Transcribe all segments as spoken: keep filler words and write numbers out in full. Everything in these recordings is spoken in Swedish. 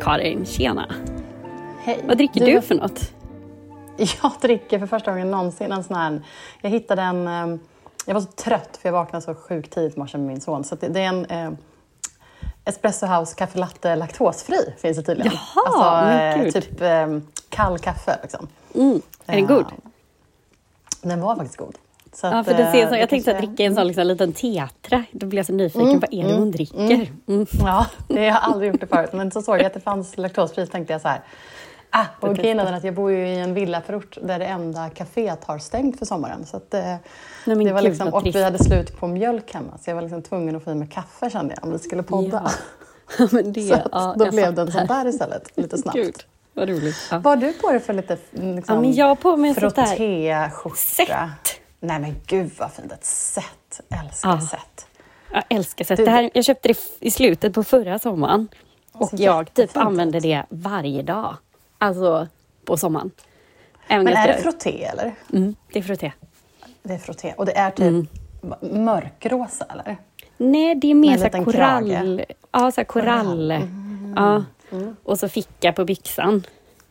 Karin, tjena. Hej. Vad dricker du, du för något? Jag dricker för första gången någonsin en sån här... Jag hittade en... Jag var så trött för jag vaknade så sjukt tidigt i morse med min son. Så det, det är en eh, Espresso House kaffe latte laktosfri finns det tydligen. Jaha, alltså, men gud. Typ eh, kall kaffe liksom. Mm. Är den god? Den var faktiskt god. Så ja, att, för det ser så, jag tänkte kanske... att dricka en sån liksom, liten tetra. Då blir jag så nyfiken. Mm, vad är det mm, hon dricker? Mm. Mm. Ja, det har jag aldrig gjort det förut. Men så såg jag att det fanns laktosfri, tänkte jag så här. Ah, och grejen är att jag bor ju i en villaförort där det enda kaféet har stängt för sommaren. Så att, eh, Nej, det var gud, liksom, och vi hade slut på mjölk hemma. Så jag var liksom tvungen att få i mig kaffe, kände jag, om vi skulle podda. Ja. Men det, så att, ja, då blev fattar. det en sån där istället, lite snabbt. Gud, vad roligt. Ja. Vad har du på dig för lite liksom, ja, men jag har på mig frottéskjorta? Set. Nej men gud vad fint, ett set. Älskar ja. set. Jag älskar set. Det här, jag köpte det i slutet på förra sommaren. Och jag typ använder det varje dag. Alltså på sommaren. Även men är det frotté eller? Mm, det är frotté. Det är frotté. Och det är typ mm. mörkrosa eller? Nej, det är mer så här korall. Krage. Ja, så här korall. Mm. Ja. Mm. Och så ficka på byxan.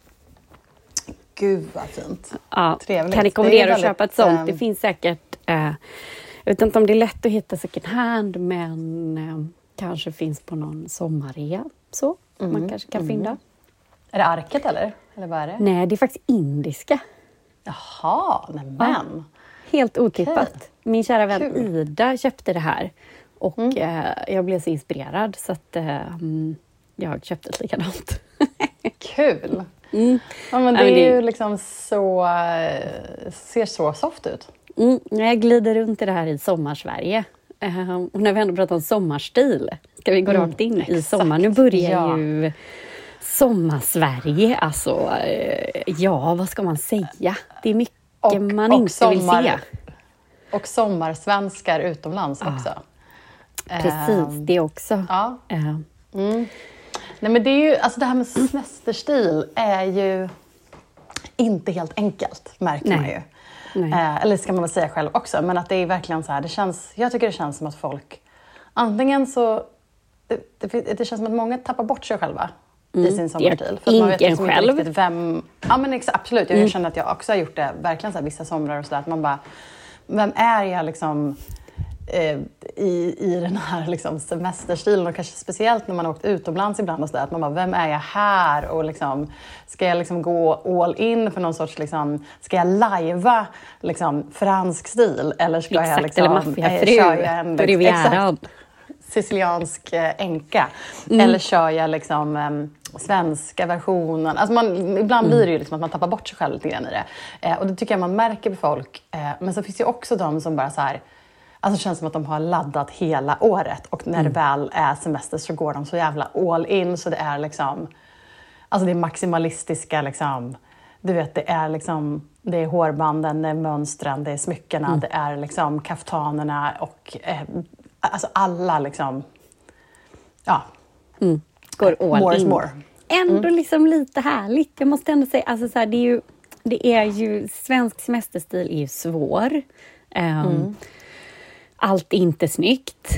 Gud vad fint. Ja. Trevligt. Kan rekommendera väldigt, att köpa ett sånt. Ähm... Det finns säkert... Äh, jag vet inte om det är lätt att hitta second hand. Men äh, kanske finns på någon sommarrea. Så mm. man kanske kan mm. finna. Är det arket eller? Eller vad är det? Nej, det är faktiskt indiska. Jaha, men ja. Helt otippat. Okay. Min kära vän Kul. Ida köpte det här. Och mm. eh, jag blev så inspirerad. Så att eh, jag köpte ett likadant. Kul! Mm. Ja, men det är ju liksom så... ser så soft ut. Mm. Jag glider runt i det här i sommarsverige. Uh, och när vi ändå pratar om sommarstil. Ska vi gå mm. rakt in Exakt. i sommar? Nu börjar ja. ju... Sommarsverige, alltså, ja, vad ska man säga? Det är mycket och, man och inte sommar, vill se. Och sommarsvenskar utomlands ja. också. Precis, um, det också. Ja. Uh. Mm. Nej, men det är ju, alltså det här med semesterstil är ju inte helt enkelt, märker Nej. man ju. Nej. Uh, eller ska man väl säga själv också, men att det är verkligen så här, det känns, jag tycker det känns som att folk, antingen så, det, det, det känns som att många tappar bort sig själva. Mm. I sin sommarstil. För man vet liksom själv. Inte riktigt vem... Ja, men exa, absolut. Jag mm. känner att jag också har gjort det verkligen så här, vissa somrar och sådär. Att man bara, vem är jag liksom eh, i, i den här liksom, semesterstilen? Och kanske speciellt när man har åkt utomlands ibland och sådär. Att man bara, vem är jag här? Och liksom, ska jag liksom gå all in för någon sorts, liksom, ska jag lajva liksom, fransk stil? Eller ska exakt, jag liksom... eller maffiafru på Rivieran. Siciliansk änka. Mm. Eller kör jag liksom um, svenska versionen. Alltså man, ibland mm. blir det ju liksom att man tappar bort sig själv lite grann i det. Eh, och det tycker jag man märker på folk. Eh, men så finns det ju också de som bara så här, alltså känns som att de har laddat hela året. Och när mm. det väl är semester så går de så jävla all in. Så det är liksom, alltså det är maximalistiska liksom, du vet det är liksom, det är hårbanden, det är mönstren, det är smyckena, mm. det är liksom kaftanerna och eh, alltså alla liksom, ja. Mm. Går all more in. Is more. Ändå mm. liksom lite härligt. Jag måste ändå säga, alltså så här, det är ju, det är ju, svensk semesterstil är ju svår. Um, mm. Allt är inte snyggt.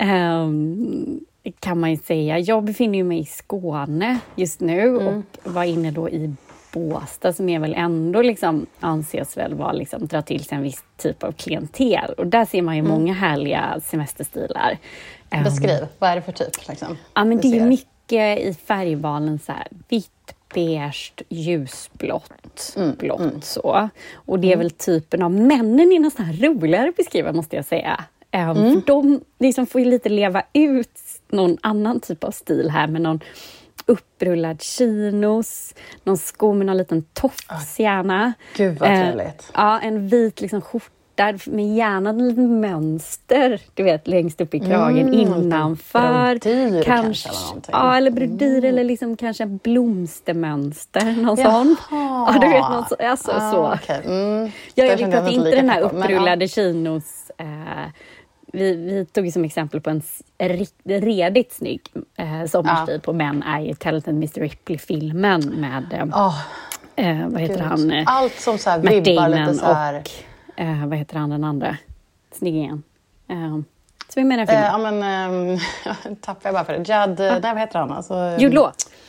Um, kan man ju säga. Jag befinner mig i Skåne just nu mm. och var inne då i Båstad som är väl ändå liksom anses väl vara liksom dra till sig en viss typ av klientel. Och där ser man ju mm. många härliga semesterstilar. Beskriv, um, vad är det för typ? Liksom, ja, men det är mycket i färgvalen så här vitt, beige, ljusblått, mm. blått mm. så. Och det är mm. väl typen av männen är nästan roligare att beskriva måste jag säga. Um, mm. För de liksom får ju lite leva ut någon annan typ av stil här med någon upprullad chinos, någon sko med någon liten tofs gärna. Gud vad trevligt. Eh, ja, en vit liksom skjorta med gärna en liten mönster, du vet, längst upp i kragen, mm, innanför. Brodyr kanske, kanske eller någonting. Ja, eller brodyr mm. eller liksom kanske en blomstermönster, någon Jaha. sån. Ja, du vet, någon så. Alltså, ah, så. Okay. Mm. Jag vet att inte den här på, upprullade men, ja. chinos... Eh, Vi, vi tog ju som exempel på en redigt snygg eh, sommarstil ja. på män är ju Talented mister Ripley-filmen med oh, eh, vad heter Gud. han? Allt som så här Matt vibbar Damon lite så här. Och eh, vad heter han den andra? Snyggingen. Eh, så vi menar filmen. Eh, ja men eh, tappar jag bara för det. Judd, ah. nej vad heter han? Alltså, Jude Law.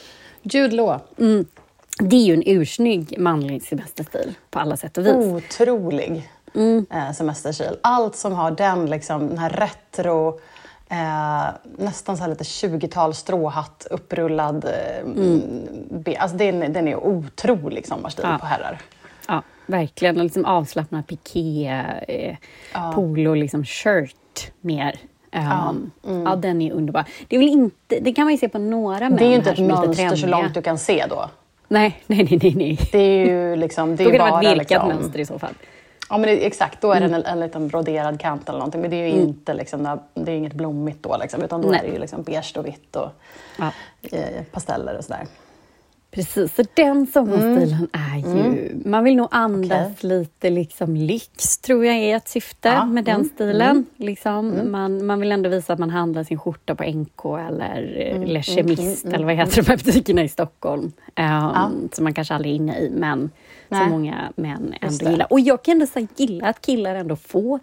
Jude Law. Mm. Det är ju en ursnygg manlig semesterstil på alla sätt och vis. Otrolig mm. eh, semesterstil. Allt som har den, liksom, den här retro, eh, nästan så här lite tjugotal stråhatt, upprullad. Eh, mm. be, alltså den, den är otrolig sommarstil ja. på herrar. Ja, verkligen. Och liksom avslappnad piké, eh, ja. polo, liksom shirt mer. Um, ja. Mm. ja, den är underbar. Det är väl inte, det kan man ju se på några män. Det är ju inte ett mönster så långt du kan se då. Nej, nej, nej, nej. nej. Det är ju liksom, det är då ju kan bara det vara ett vilket liksom, mönster i så fall. Ja, men det, exakt. Då är det en, en liten broderad kant eller någonting. Men det är ju mm. inte liksom, det är inget blommigt då liksom, utan då nej. är det ju liksom beige och vitt och ja. eh, pasteller och sådär. Precis, så den sommarstilen mm. är ju... Mm. Man vill nog andas okay. lite liksom lyx, tror jag är ett syfte ja. med den mm. stilen. Mm. Liksom, mm. Man, man vill ändå visa att man handlar sin skjorta på N K eller mm. Le Chemist, mm. eller vad heter de här butikerna i Stockholm. Um, ja. Som man kanske aldrig är inne i, men Nej. som många män ändå gillar. Och jag kan ändå säga gilla att killar ändå får...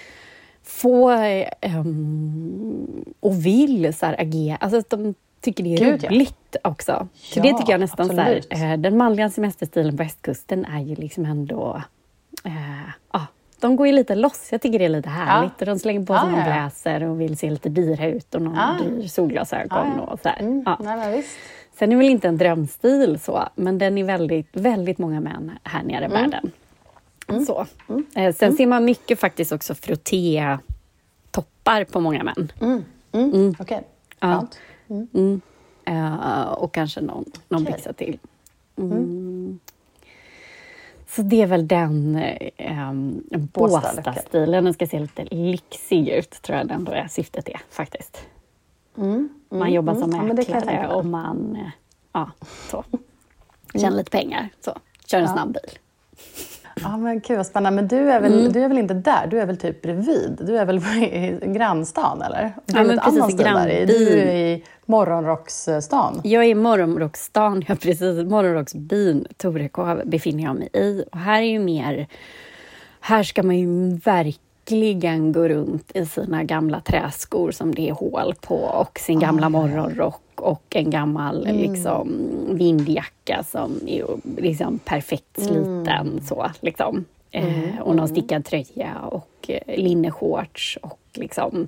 få um, och vill så här agera. Alltså att de tycker det är Gud, roligt ja. också. Så ja, det tycker jag nästan absolut. så här, eh, den manliga semesterstilen på västkusten är ju liksom ändå, eh, ah, de går ju lite loss. Jag tycker det är lite härligt. Ja. Och de slänger på sig ah, någon bläser och vill se lite dyra ut och någon ah. dyr solglasögon ah, ja. och så här. Mm. Ja. Nej, men visst. Sen är det väl inte en drömstil så, men den är väldigt, väldigt många män här nere i mm. världen. Mm. Så. Mm. Eh, sen mm. ser man mycket faktiskt också frotté-toppar på många män. Mm. Mm. Mm. Okej, okay. ja. Mm. Mm. Uh, och kanske någon, någon okay. byxa till. Mm. Mm. Så det är väl den um, Båstad-stilen. Den ska se lite lyxig ut, tror jag ändå är syftet är faktiskt. Mm. Mm. Man jobbar som mm. mäklare ja, och man uh, ja, så. tjänar mm. lite pengar. Så. Kör en ja. snabb bil. Ja, men gud vad spännande. Men du är, väl, mm. du är väl inte där? Du är väl typ bredvid? Du är väl i grannstan, eller? Du ja, är men precis, i där. Du är i morgonrocksstan. Jag är i morgonrocksstan. Ja, precis. Morgonrocksbyn Torekov befinner jag mig i. Och här är ju mer... Här ska man ju verkligen gå runt i sina gamla träskor som det är hål på. Och sin gamla oh. morgonrock. Och en gammal mm. liksom, vindjacka som är liksom perfekt sliten. Mm. Så, liksom. mm. eh, och någon stickad tröja och eh, linneshorts. Och, liksom,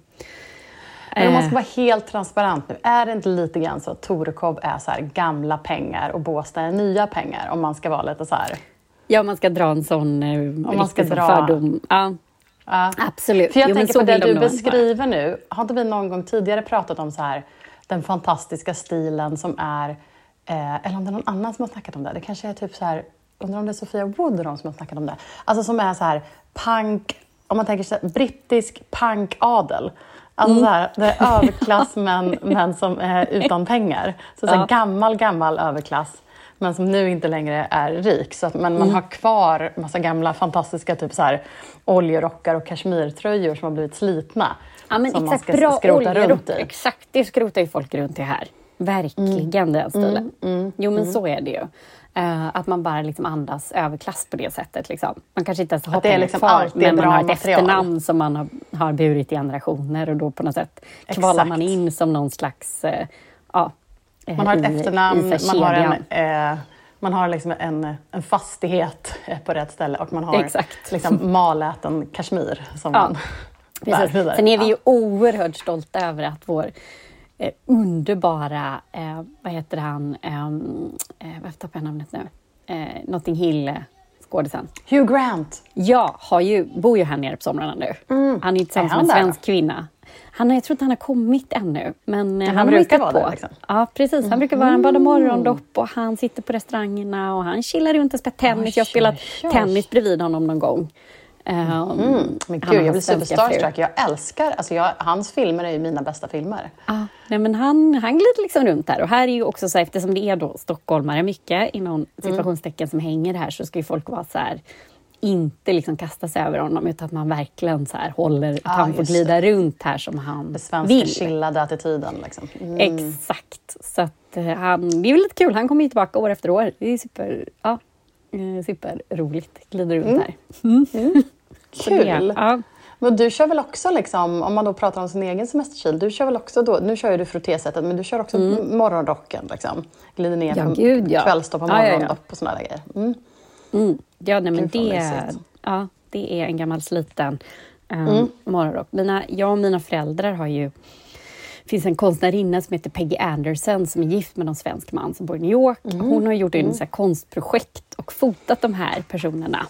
Men om man ska vara helt transparent nu, är det inte lite grann så att Torekov är så här gamla pengar och Båstad är nya pengar? Om man ska vara lite så här... Ja, man ska dra en sån eh, om man ska dra... fördom. Ja. Ja. Absolut. För jag jo, tänker på det du beskriver nu. Har inte vi någon gång tidigare pratat om så här... den fantastiska stilen som är, eh, eller om det är någon annan som har snackat om det. Det kanske är typ så här, undrar om det är Sofia Wood och de som har snackat om det. Alltså som är så här punk, om man tänker så här, brittisk punkadel. Alltså mm. så här, det är överklass men, men som är utan pengar. Så, så här, ja. gammal, gammal överklass. Men som nu inte längre är rik. Så att, men man mm. har kvar massa gamla fantastiska typ så här, oljerockar och kashmirtröjor som har blivit slitna. Ja, men som exakt, man ska bra skrota runt i. Exakt, det skrotar ju folk runt i här. Verkligen mm. den stilen. Mm. Mm. Jo, men mm. så är det ju. Uh, att man bara liksom andas överklass på det sättet. Liksom. Man kanske inte ens har pengar liksom kvar, men man har ett material. efternamn som man har, har burit i generationer. Och då på något sätt kvalar man in som någon slags... Uh, ja, man har ett i, efternamn, i man har en... Uh, Man har liksom en, en fastighet på rätt ställe och man har liksom maläten kashmir som ja, man bär vidare. Sen är vi ju ja. oerhört stolta över att vår eh, underbara, eh, vad heter han, eh, vad tappar jag namnet nu? Eh, Notting Hill skådisen. Hugh Grant. Ja, har ju, bor ju här nere på somrarna nu. Mm. Han är ju tillsammans med en svensk kvinna. Han, jag tror inte han har kommit ännu. Men han, han brukar vara där liksom. Ja, precis. Han brukar vara, han badar morgondopp och han sitter på restaurangerna och han chillar runt och spelar tennis. Oj, jag har spelat oj. tennis bredvid honom någon gång. Um, mm. Men gud, jag blir superstarstruck. Jag älskar, alltså jag, hans filmer är ju mina bästa filmer. Ah, nej, men han, han glider liksom runt här. Och här är ju också så, eftersom det är då stockholmare mycket, inom situationstecken som hänger här, så ska ju folk vara så här, inte liksom kasta sig över honom, utan att man verkligen så här håller, att ah, han får glida det. runt här som han det svenska vill. chillade attityden liksom. Mm. Exakt. Så att han, det är ju lite kul. Han kommer ju tillbaka år efter år. Det är super, ja, superroligt. Glider runt mm. här. Mm. Mm. Kul! Ja. Men du kör väl också, liksom, om man då pratar om sin egen semesterstil, du kör väl också då, nu kör ju du frottésättet, men du kör också mm. morgonrocken, liksom. Glider ner ja, på gud, ja. kvällstopp och morgondopp ja, ja, ja. och sådana där grejer. Mm. Mm. Ja, nej, men det, ja, det är en gammal sliten um, mm. morgonrock. Mina, jag och mina föräldrar har ju, det finns en konstnärinna som heter Peggy Anderson som är gift med en svensk man som bor i New York. Mm. Hon har gjort en mm. så här, konstprojekt och fotat de här personerna.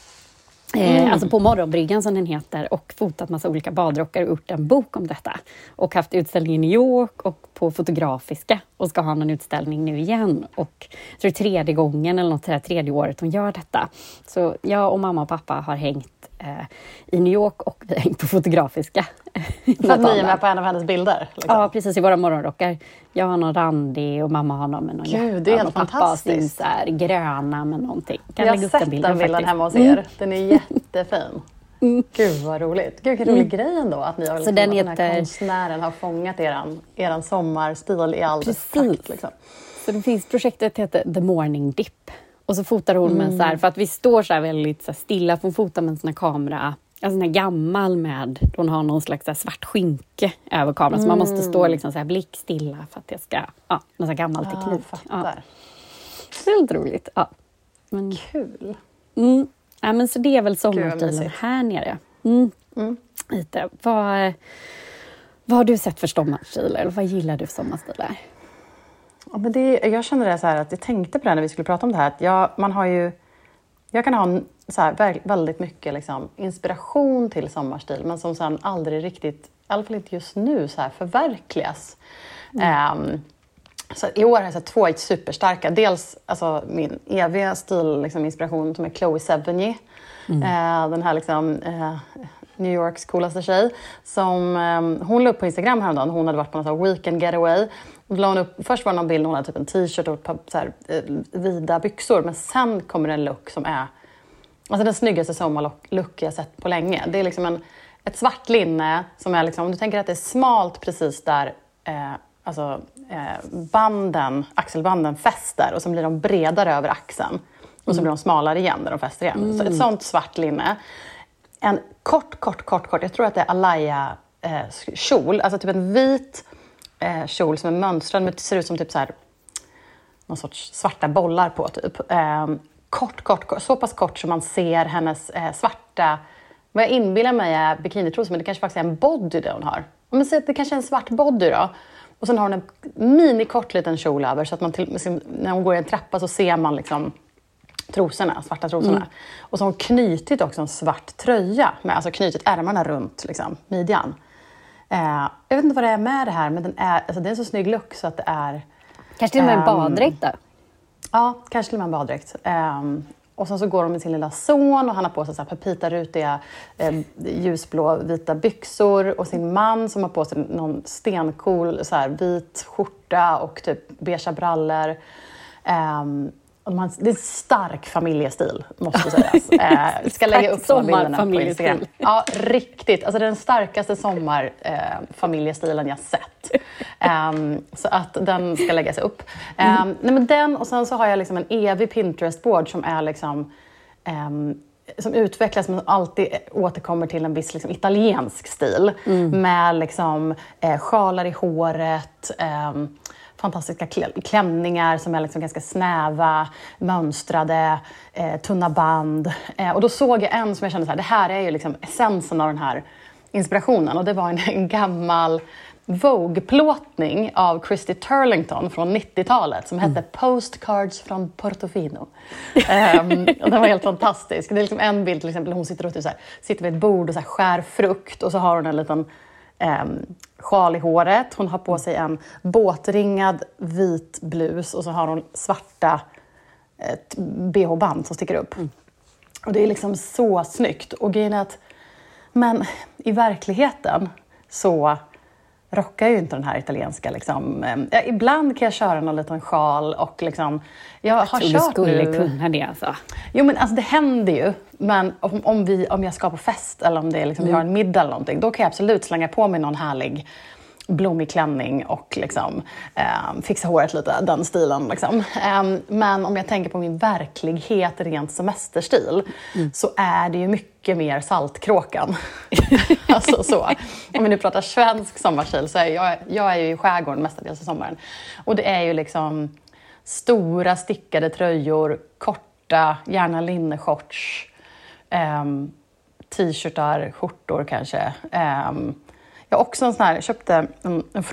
Mm. Eh, alltså på Morgonbryggan som den heter, och fotat massa olika badrockar och gjort en bok om detta. Och haft utställning i New York och på Fotografiska och ska ha någon utställning nu igen. Och jag tror det är tredje gången eller något, det här tredje året hon gör detta. Så jag och mamma och pappa har hängt eh, i New York och vi har hängt på Fotografiska. För att ni är med på en av hennes bilder? Liksom. Ja, precis, i våra morgonrockar. Jag har någon randig och mamma har någon med någon Gud, det är helt fantastiskt. Så här, gröna med någonting. Kan jag har sett den bilden, bilden hemma hos er. Den är jättefin. Mm. Gud vad roligt. Gud vilken rolig mm. grej ändå att ni har, liksom, den, heter... den här konstnären har fångat eran, eran sommarstil i all dess prakt. Liksom. Så det finns projektet heter The Morning Dip. Och så fotar hon mm. med så här, för att vi står så här väldigt så här stilla, för hon fotar med en sån här kamera. Alltså en här gammal med, hon har någon slags så här svart skynke över kameran. Mm. Så man måste stå liksom så här blickstilla för att det ska, ja, någon sån här gammal teknik. Ja, ja. Väldigt roligt. Ja. Men, kul. Mm. Ja, men så det är väl sommarstilen här nere. Mm. Mm. Lite. Vad, vad har du sett för sommarstilar? Eller vad gillar du för sommarstilar? Ja, men det, jag känner det så här att jag tänkte på det när vi skulle prata om det här. Att jag, man har ju, jag kan ha så här, väldigt mycket liksom, inspiration till sommarstil. Men som sen aldrig riktigt, i alla fall inte just nu, så här, förverkligas. Mm. Um, Så i år har jag sett två superstarka. Dels alltså, min eviga stil, liksom, inspiration som är Chloe Sevigny. Mm. Eh, den här liksom, eh, New Yorks coolaste tjej. Som, eh, hon la upp på Instagram häromdagen. Hon hade varit på någon weekend getaway. Hon upp, först var det någon bild, hon hade typ en t-shirt och så här, eh, vida byxor. Men sen kommer en look som är alltså, den snyggaste sommarlook jag sett på länge. Det är liksom en, ett svart linne som är liksom, om du tänker att det är smalt precis där eh, alltså eh, banden, axelbanden fäster och så blir de bredare över axeln. Och så blir de smalare igen när de fäster igen. Mm. Så ett sånt svart linne. En kort, kort, kort, kort, jag tror att det är Alaya eh, kjol. Alltså typ en vit eh, kjol som är mönstrad men det ser ut som typ så här någon sorts svarta bollar på typ. Eh, kort, kort, kort, så pass kort som man ser hennes eh, svarta, vad jag inbillar mig är bikinitrosor, men det kanske faktiskt är en body det hon har. Om man säger att det kanske är en svart body då. Och sen har hon en minikort liten kjol över så att man till, när hon går i en trappa så ser man liksom trosorna, svarta trosorna. Mm. Och så har hon knutit också en svart tröja med, alltså knutit ärmarna runt liksom, midjan. Eh, jag vet inte vad det är med det här, men den är, alltså, det är en så snygg look så att det är... Kanske till och med en baddräkt då? Ja, kanske till och med en baddräkt. Um, och sen så går de med sin lilla son och han har på sig så här pepita-rutiga eh, ljusblå vita byxor. Och sin man som har på sig någon stencool så här, vit skjorta och typ beigea brallor. Um, och man, det är stark familjestil, måste sägas. Eh, ska lägga upp de bilderna på Instagram. Ja, riktigt. Alltså det är den starkaste sommarfamiljestilen eh, jag sett. Um, så att den ska läggas upp. Um, mm. nej men den, och sen så har jag liksom en evig Pinterest-board som är liksom... Um, som utvecklas men alltid återkommer till en viss liksom, italiensk stil. Mm. Med liksom, eh, sjalar i håret... Um, fantastiska klänningar som är liksom ganska snäva, mönstrade, eh, tunna band. Eh, och då såg jag en som jag kände så här, det här är ju liksom essensen av den här inspirationen. Och det var en, en gammal Vogue-plåtning av Christy Turlington från nittiotalet som hette mm. Postcards från Portofino. um, och den var helt fantastisk. Det är liksom en bild till exempel, hon sitter, och typ så här, sitter vid ett bord och så här, skär frukt och så har hon en liten Um, sjal i håret. Hon har på sig en båtringad vit blus och så har hon svarta ett B H-band som sticker upp. Mm. Och det är liksom så snyggt. Och grejen är att, men i verkligheten så rockar ju inte den här italienska liksom. Ja, ibland kan jag köra någon liten sjal och liksom jag har jag kört du skulle nu. kunna det alltså. Jo men alltså det händer ju, men om, om, vi, om jag ska på fest eller om det är liksom, mm. vi har en middag eller någonting, då kan jag absolut slänga på mig någon härlig blommig klänning och liksom, eh, fixa håret lite, den stilen. Liksom. Eh, men om jag tänker på min verklighet rent semesterstil mm. så är det ju mycket mer Saltkråkan. Alltså så. Om vi nu pratar svensk sommarstil så är jag, jag är ju i skärgården mestadels i sommaren. Och det är ju liksom stora stickade tröjor, korta, gärna linneshorts, eh, t-shirtar, skjortor kanske. Eh, Jag har också en sån här, köpte en, en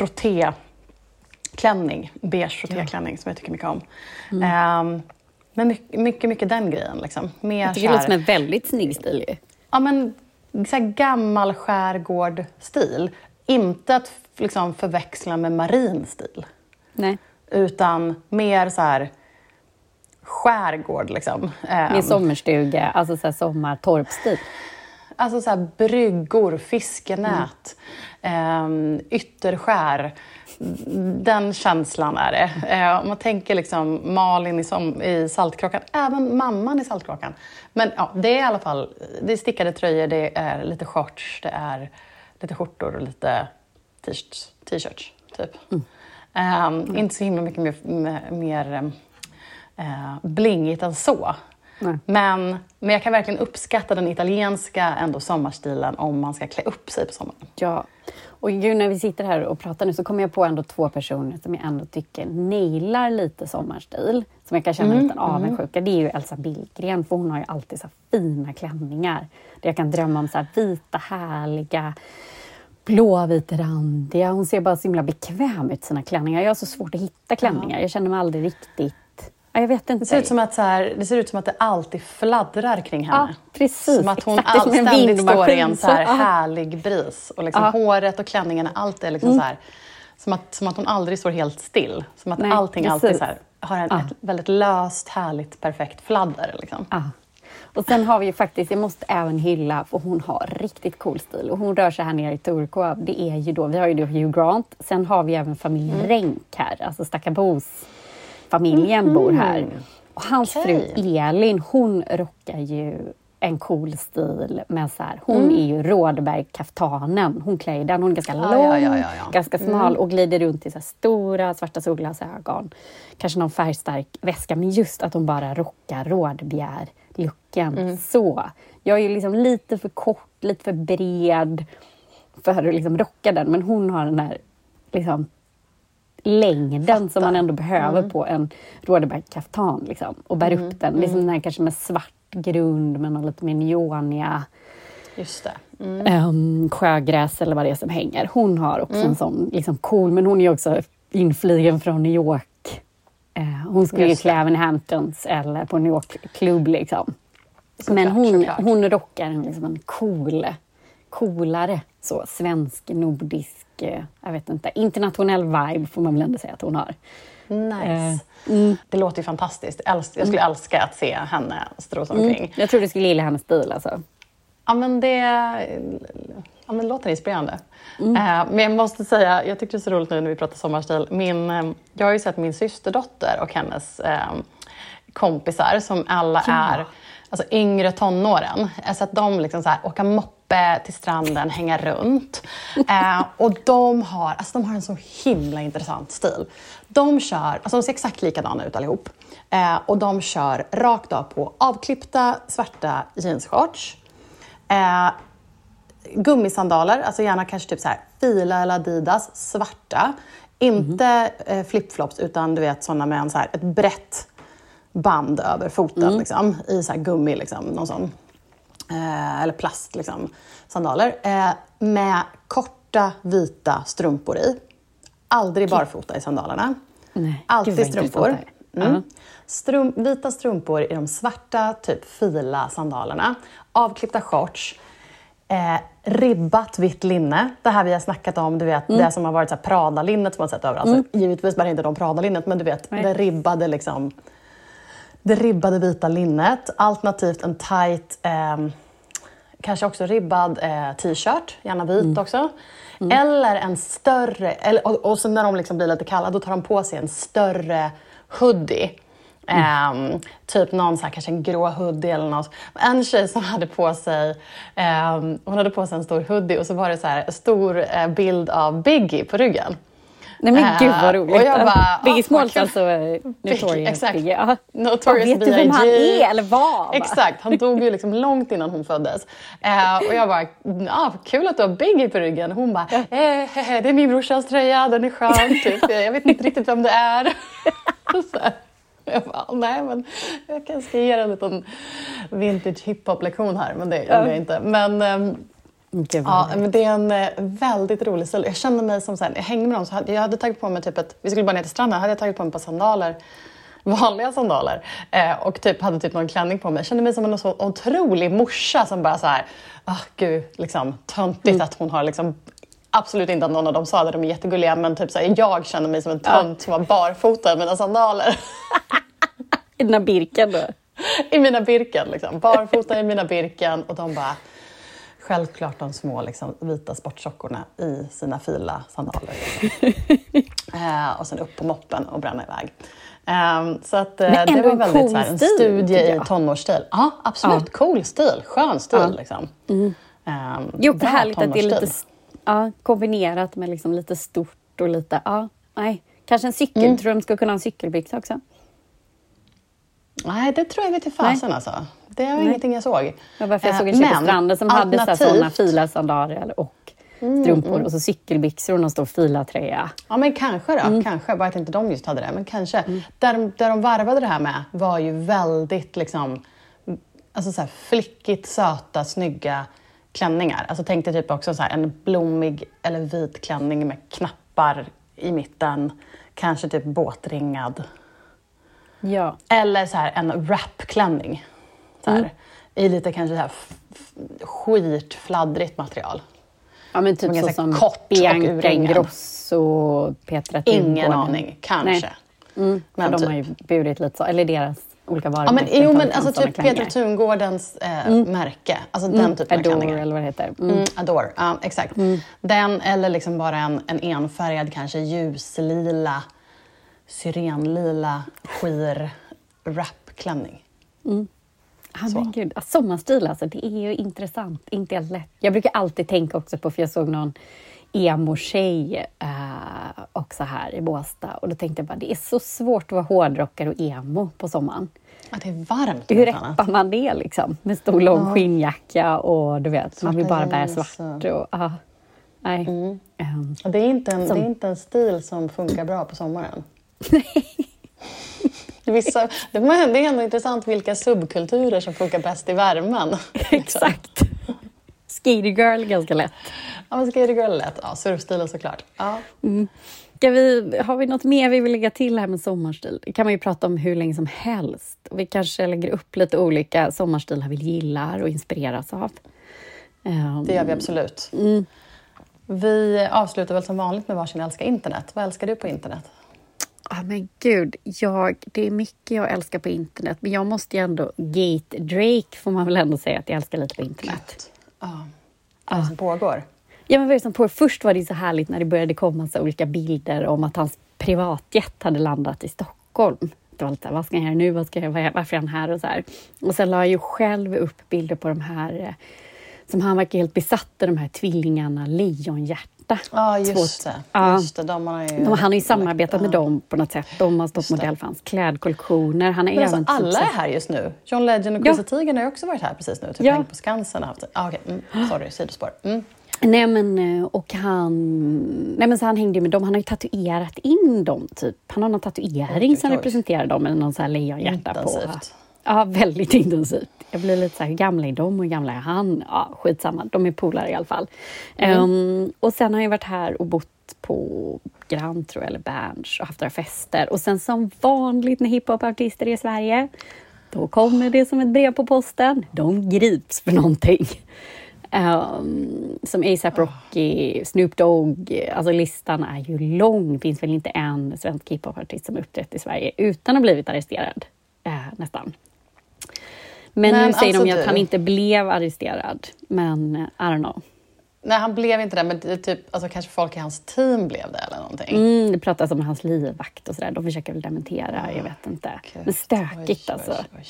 frottéklänning, beige frottéklänning ja. som jag tycker mycket om. Mm. Um, men mycket, mycket, mycket den grejen. Liksom. Mer jag tycker det låter som en väldigt snygg stil. Ju. Ja, men så här gammal skärgård-stil. Inte att liksom, förväxla med marin stil. Nej. Utan mer så här skärgård. Liksom. Med um, sommarstuga, alltså så här sommartorpstil. Alltså så här bryggor, fiskenät, mm. eh, ytterskär. Den känslan är det. Eh, om man tänker liksom Malin i, som, i Saltkråkan, även mamman i Saltkråkan. Men ja, det är i alla fall, det är stickade tröjor, det är lite shorts, det är lite skjortor och lite t-shirts, t-shirts typ. Mm. Eh, mm. Inte så himla mycket mer, mer eh, blingigt än så. Men, men jag kan verkligen uppskatta den italienska ändå sommarstilen om man ska klä upp sig på sommaren. Ja, och ju när vi sitter här och pratar nu så kommer jag på ändå två personer som jag ändå tycker nailar lite sommarstil. Som jag kan känna mm, en liten avundsjuka. Mm. Det är ju Elsa Billgren, för hon har ju alltid så här fina klänningar. Där jag kan drömma om så här vita, härliga, blåvitrandiga. Hon ser bara så himla bekväm ut sina klänningar. Jag har så svårt att hitta klänningar. Jag känner mig aldrig riktigt... Jag vet inte. Det ser ut som att, så här, det ser ut som att det alltid fladdrar kring henne. Ja, precis. Som att hon all, ständigt står i en så här härlig bris. Och liksom håret och klänningen, allt är liksom mm. så här, som, att, som att hon aldrig står helt still. Som att Nej, allting precis. alltid så här, har en, ja. ett väldigt löst, härligt, perfekt fladder. Liksom. Ja. Och sen har vi ju faktiskt, jag måste även hylla, för hon har riktigt cool stil. Och hon rör sig här nere i Turku. Det är ju då, vi har ju då Hugh Grant. Sen har vi även familjen mm. Renck här, alltså Stackabos. Familjen mm. bor här. Och hans okay. fru Elin, hon rockar ju en cool stil med så här, hon mm. är ju Rådberg-kaftanen. Hon klär den, hon är ganska ja, lång, ja, ja, ja, ja. ganska smal mm. och glider runt i så här stora svarta solglasögon. Kanske någon färgstark väska, men just att hon bara rockar Rådbjer-looken. Mm. Så. Jag är ju liksom lite för kort, lite för bred för att liksom rocka den, men hon har den här liksom längden Fattar. som man ändå behöver mm. på en Rådberg-kaftan liksom, och bär mm. upp den. Mm. Liksom den här kanske med svart grund med någon lite mer neoniga Just det. Mm. Um, sjögräs eller vad det är som hänger. Hon har också mm. en sån liksom cool, men hon är också inflygen från New York. Uh, hon skulle ju klä även i Hamptons eller på New York klubb liksom. Så men klart, hon, hon rockar en, liksom en cool, coolare så svensk, nordisk, jag vet inte, internationell vibe får man väl ändå säga att hon har. Nice. Uh, mm. Det låter ju fantastiskt. Jag skulle mm. älska att se henne strosa omkring. Mm. Jag tror du skulle gilla hennes stil alltså. Ja, men det, ja, men det låter inspirerande. Mm. Uh, men jag måste säga, jag tyckte det är så roligt nu när vi pratar sommarstil. Min, uh, jag har ju sett min systerdotter och hennes uh, kompisar som alla ja. är alltså yngre tonåren. Jag har sett dem liksom så här, åka moppe till stranden, hänga runt. Eh, och de har, alltså de har en så himla intressant stil. De kör, alltså de ser exakt likadana ut allihop. Eh, och de kör rakt av på avklippta svarta jeansshorts. Eh, gummisandaler, alltså gärna kanske typ så här Fila eller Adidas, svarta. Inte mm. eh, flipflops utan du vet sådana med en så här, ett brett band över foten mm. liksom, i så här gummi, liksom, någon sån, eh, eller plast, liksom, sandaler. Eh, med korta vita strumpor i. Aldrig barfota i sandalerna. Nej, alltid strumpor. Mm. Uh-huh. Strum, vita strumpor i de svarta, typ fila sandalerna. Avklippta shorts. Eh, ribbat vitt linne. Det här vi har snackat om, du vet, mm. det som har varit så här Prada-linnet som man sett överallt. Mm. Alltså, givetvis bara inte de Prada-linnet, men du vet, Nej. det ribbade liksom... Det ribbade vita linnet, alternativt en tight, eh, kanske också ribbad eh, t-shirt, gärna vit mm. också. Mm. Eller en större, eller, och, och så när de liksom blir lite kalla, då tar de på sig en större hoodie Mm. Um, typ någon så här, kanske en grå hoodie eller något. En tjej som hade på sig, um, hon hade på sig en stor hoodie och så var det så här, en stor uh, bild av Biggie på ryggen. Nej men gud vad roligt. Och jag bara, Biggie oh, Smalls alltså, Notorious exakt. Biggie. Ja. Notorious Vet du vem han är eller var? Exakt, han dog ju liksom långt innan hon föddes. Uh, och jag bara, ah, kul att du har Biggie på ryggen. Hon bara, eh, det är min brorsans tröja, den är skön typ. Jag vet inte riktigt vem det är. Så jag bara, nej men jag kanske ska ge en liten vintage hiphop-lektion här, men det gjorde jag inte. Men... Um, Det ja, men det är en eh, väldigt rolig stil. Jag känner mig som så här, jag hängde med dem så hade, jag hade tagit på mig typ ett, vi skulle bara ner till stranden, hade jag tagit på mig ett par sandaler, vanliga sandaler eh, och typ hade typ någon klänning på mig. Jag kände mig som en så otrolig morsa som bara så här, ah oh, gud, liksom töntigt mm. att hon har liksom, absolut inte att någon av dem sa det, de är jättegulliga, men typ så här, jag känner mig som en tönt ja. som var barfota med mina sandaler. I dina Birken då? I mina Birken liksom, barfota i mina Birken och de bara självklart de små liksom, vita sportsockorna i sina fila sandaler. eh, och sen upp på moppen och bränna iväg. Eh, så att, eh, det var väldigt cool så här, en studie i tonårsstil. Ja, absolut. Ja. Cool stil. Skön stil. Ja. Liksom. Mm. Eh, jo, det är härligt att det är lite ja, kombinerat med liksom lite stort och lite... Ja, nej. Kanske en cykel. Mm. Tror du de ska kunna ha en cykelbyxa också? Nej, det tror jag inte fasen alltså. Det var Nej. ingenting jag såg. Ja, varför jag såg en tjej på stranden som hade sådana filasandaler och strumpor mm, mm. och så cykelbyxor och någon stor filatröja. Ja, men kanske då. Mm. Kanske. Bara att inte de just hade det. Men kanske. Mm. Där, de, där de varvade det här med var ju väldigt liksom, alltså så här, flickigt, söta, snygga klänningar. Alltså tänk dig typ också så här, en blommig eller vit klänning med knappar i mitten. Kanske typ båtringad. Ja. Eller så här, en wrapklänning. Så här, mm. i lite kanske så här f- skitfladdrigt material. Ja, men typ så som kort Bianca Ingrosso och Petra Tungården. Ingen aning, kanske. Mm, men de typ. har ju burit lite så, eller deras olika varumärken. Ja, men, jo, men alltså typ Petra Tungårdens eh, mm. märke. Alltså mm. den typen Adore, av klänningar. Eller vad det heter. Mm. Mm, Adore, ja exakt. Mm. Den eller liksom bara en, en enfärgad, kanske ljuslila, syrenlila, skir, wrapklänning. Mm. Ja, men gud. Sommarstil alltså, det är ju intressant, inte helt lätt. Jag brukar alltid tänka också på, för jag såg någon emo-tjej äh, också här i Båstad. Och då tänkte jag bara, det är så svårt att vara hårdrockare och emo på sommaren. Ja, det är varmt. Hur räppar man det liksom? Med stor lång ja. skinnjacka och du vet, man vill bara bära svart. Och, ah, nej. Mm. Um, det, är inte en, som... det är inte en stil som funkar bra på sommaren. Vissa, det är ändå intressant vilka subkulturer som funkar bäst i värmen. Exakt. Skater girl ganska lätt. Ja, men skater girl är lätt. Ja, surfstilen såklart. Ja. Mm. Ska vi, har vi något mer vi vill lägga till här med sommarstil? Det kan man ju prata om hur länge som helst. Vi kanske lägger upp lite olika sommarstilar vi gillar och inspireras av. Um, det gör vi absolut. Mm. Vi avslutar väl som vanligt med varsin älskar internet. Vad älskar du på internet? Ja, ah, men gud, jag, det är mycket jag älskar på internet. Men jag måste ju ändå, Gate Drake får man väl ändå säga att jag älskar lite på internet. Ja, ah. vad som pågår. Ja, men vad som på först var det så härligt när det började komma så olika bilder om att hans privatjet hade landat i Stockholm. Det var lite så här, vad ska jag göra nu? Vad ska jag, varför är han här? Och, så här. Och sen la jag ju själv upp bilder på de här, som han verkar helt besatt av, de här tvillingarna Lejonhjärta. Ja, ah, just det. Ja. Just det. De har ju de, han har ju samarbetat med dem på något sätt. De har stått modell för hans klädkollektioner. Han är men även alltså, alla typ är här just nu. John Legend och Chrissy Teigen har ju också varit här precis nu. Typ ja. Hängt på Skansen. Ah, okay. mm. Sorry, sidospår. Mm. Nej men, och han, nej men så han hängde ju med dem, han har ju tatuerat in dem typ. Han har någon tatuering som representerar dem, eller någon så här lejonhjärta på. Intensivt. Ja, väldigt intensivt. Jag blir lite så här, hur gamla är de och hur gamla är han? Ja, skitsamma, de är polare i alla fall. Mm. Um, och sen har jag varit här och bott på Grand, tror jag, eller Berns och haft några fester. Och sen som vanligt när hiphop-artister är i Sverige, då kommer det som ett brev på posten. De grips för någonting. Um, som A$AP Rocky, Snoop Dogg, alltså listan är ju lång. Det finns väl inte en svensk hiphop-artist som uppträtt i Sverige utan att ha blivit arresterad, uh, nästan. Men, men nu säger alltså de ju att han inte blev arresterad, men uh, I don't know. Nej, han blev inte det, men det, typ, alltså, kanske folk i hans team blev det eller någonting. Mm, det pratas om hans livvakt och sådär. De försöker väl dementera, oh, jag vet inte. Gud. Men stökigt oj, alltså. Oj, oj.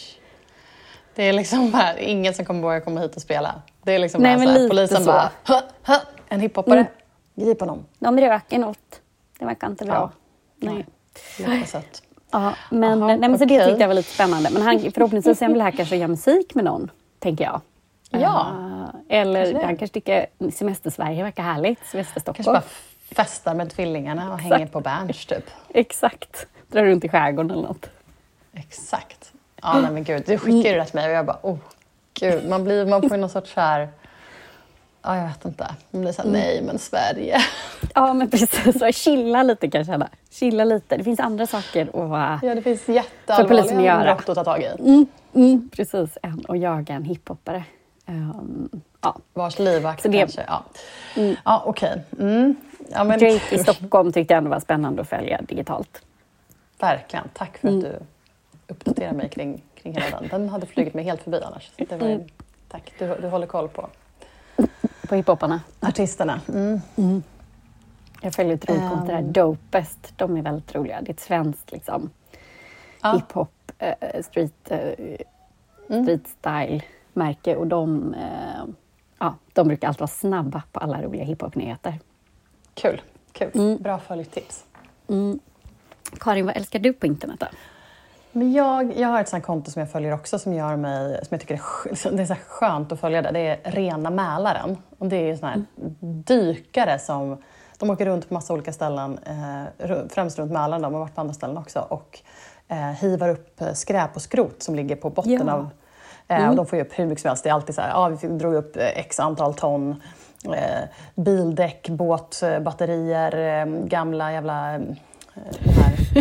Det är liksom bara ingen som kommer våga komma hit och spela. Det är liksom Nej, bara men så här, polisen så. bara, hö, hö, en hiphoppare, mm. grip honom. De röker något. Det verkar inte bra. Ja. Nej. Lite sött. Ja, men, Aha, nej, men så okay. det tyckte jag var lite spännande. Men han, förhoppningsvis är han väl här kanske gör musik med någon, tänker jag. Ja. Uh, eller kanske han kanske tycker semester-Sverige verkar härligt. Semester-Stockholm. Kanske bara festar med tvillingarna och Exakt. hänger på Berns typ. Exakt. Drar runt i skärgården eller något. Exakt. Ja, nej men gud. Du skickar ju det till mig och jag bara, oh gud. Man, blir, man får ju någon sorts här... Ja, jag vet inte. Man blir såhär, nej men Sverige. Ja, men precis. Så chilla lite kanske. Där. Chilla lite. Det finns andra saker att... Ja, det finns jätteallvarliga brott att ta tag i. Mm, mm, precis. En, och jaga en hiphoppare. Um, ja. Vars livvakt det... kanske. Ja, mm. ja okej. Okay. Mm. Ja, men... Drake i Stockholm tyckte jag ändå var spännande att följa digitalt. Verkligen. Tack för att mm. du uppdaterar mig kring, kring hela den. Den hade flugit mig helt förbi annars. Så det var, mm. Tack. Du, du håller koll på... På hiphopparna. Artisterna. Mm. Mm. Jag följer ett roligt konto där, Dopest. De är väldigt roliga. Det är ett svenskt liksom, ja. hiphop, uh, street, uh, mm. street style-märke. Och de, uh, ja, de brukar alltid vara snabba på alla roliga hiphop-nyheter. Kul. Kul. Mm. Bra följtips. Mm. Karin, vad älskar du på internet då? Men jag, jag har ett sånt konto som jag följer också som gör mig, som jag tycker är, det är så skönt att följa det. Det är Rena Mälaren. Och det är såna här mm. dykare som, de åker runt på massa olika ställen, eh, främst runt Mälaren, de har varit på andra ställen också. Och eh, hivar upp skräp och skrot som ligger på botten ja. av, eh, mm. och de får ju upp hur mycket som helst. Det är alltid så här, ja vi drog upp x antal ton eh, bildäck, båt, batterier, eh, gamla jävla, eh, de här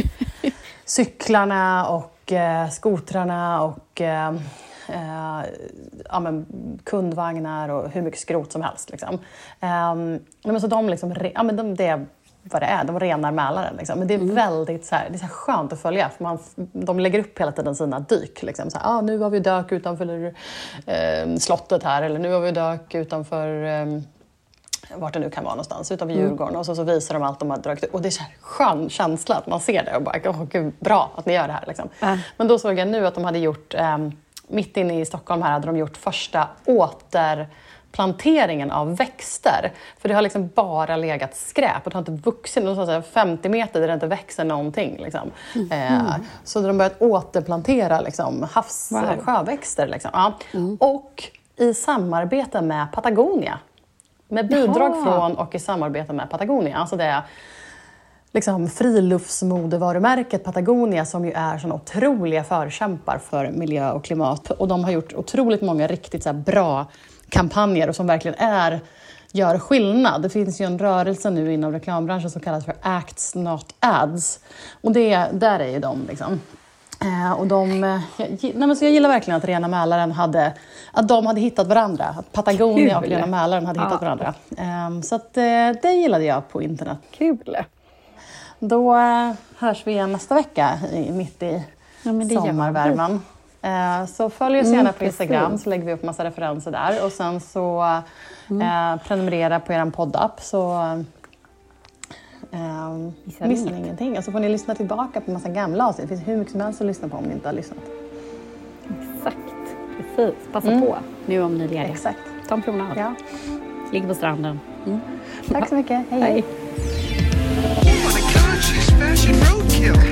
cyklarna och eh, skotrarna och eh, eh, ja, men kundvagnar och hur mycket skrot som helst. Liksom. Eh, men så de liksom, ja, men de, det är vad det är, de renar Mälaren. Liksom. Men det är mm. väldigt så här, det är så här skönt att följa för man, de lägger upp hela tiden sina dyk. Liksom. Så här, ah, nu har vi dök utanför eh, slottet här eller nu har vi dök utanför eh, vart det nu kan vara någonstans, utanför Djurgården. Mm. Och så, så visar de allt de har dragit. Och det är så här skön känsla att man ser det och bara, åh gud, bra att ni gör det här. Liksom. Mm. Men då såg jag nu att de hade gjort, eh, mitt inne i Stockholm här, hade de gjort första återplanteringen av växter. För det har liksom bara legat skräp och det har inte vuxit, så att säga, femtio meter där det inte växer någonting. Liksom. Mm. Eh, så de börjat återplantera liksom, havs, wow. sjöväxter. Liksom. Ja. Mm. Och i samarbete med Patagonia. Med bidrag Jaha. från och i samarbete med Patagonia. Alltså det är liksom friluftsmodevarumärket Patagonia som ju är såna otroliga förkämpar för miljö och klimat. Och de har gjort otroligt många riktigt så här bra kampanjer och som verkligen är, gör skillnad. Det finns ju en rörelse nu inom reklambranschen som kallas för Acts Not Ads. Och det, där är ju de liksom. Eh, och de, jag, nej men så jag gillar verkligen att Rena Mälaren hade, att de hade hittat varandra. Att Patagonia Kul. och Rena Mälaren hade hittat ja. varandra. Eh, så att, eh, det gillade jag på internet. Kul! Då eh, hörs vi igen nästa vecka i, mitt i ja, sommarvärmen. Eh, så följ oss gärna mm, på Instagram precis. så lägger vi upp massa referenser där. Och sen så mm. eh, prenumerera på er poddapp så Um, missar ni ingenting. Och så alltså får ni lyssna tillbaka på en massa gamla avsnitt. Det finns hur mycket som helst att lyssna på om ni inte har lyssnat. Exakt, precis. Passa mm. på nu om ni är lediga. Exakt. Ta en promenad. Ja. Ligg på stranden. Mm. Tack så mycket. Hej. Hej. Oh my God, she's fashion roadkill.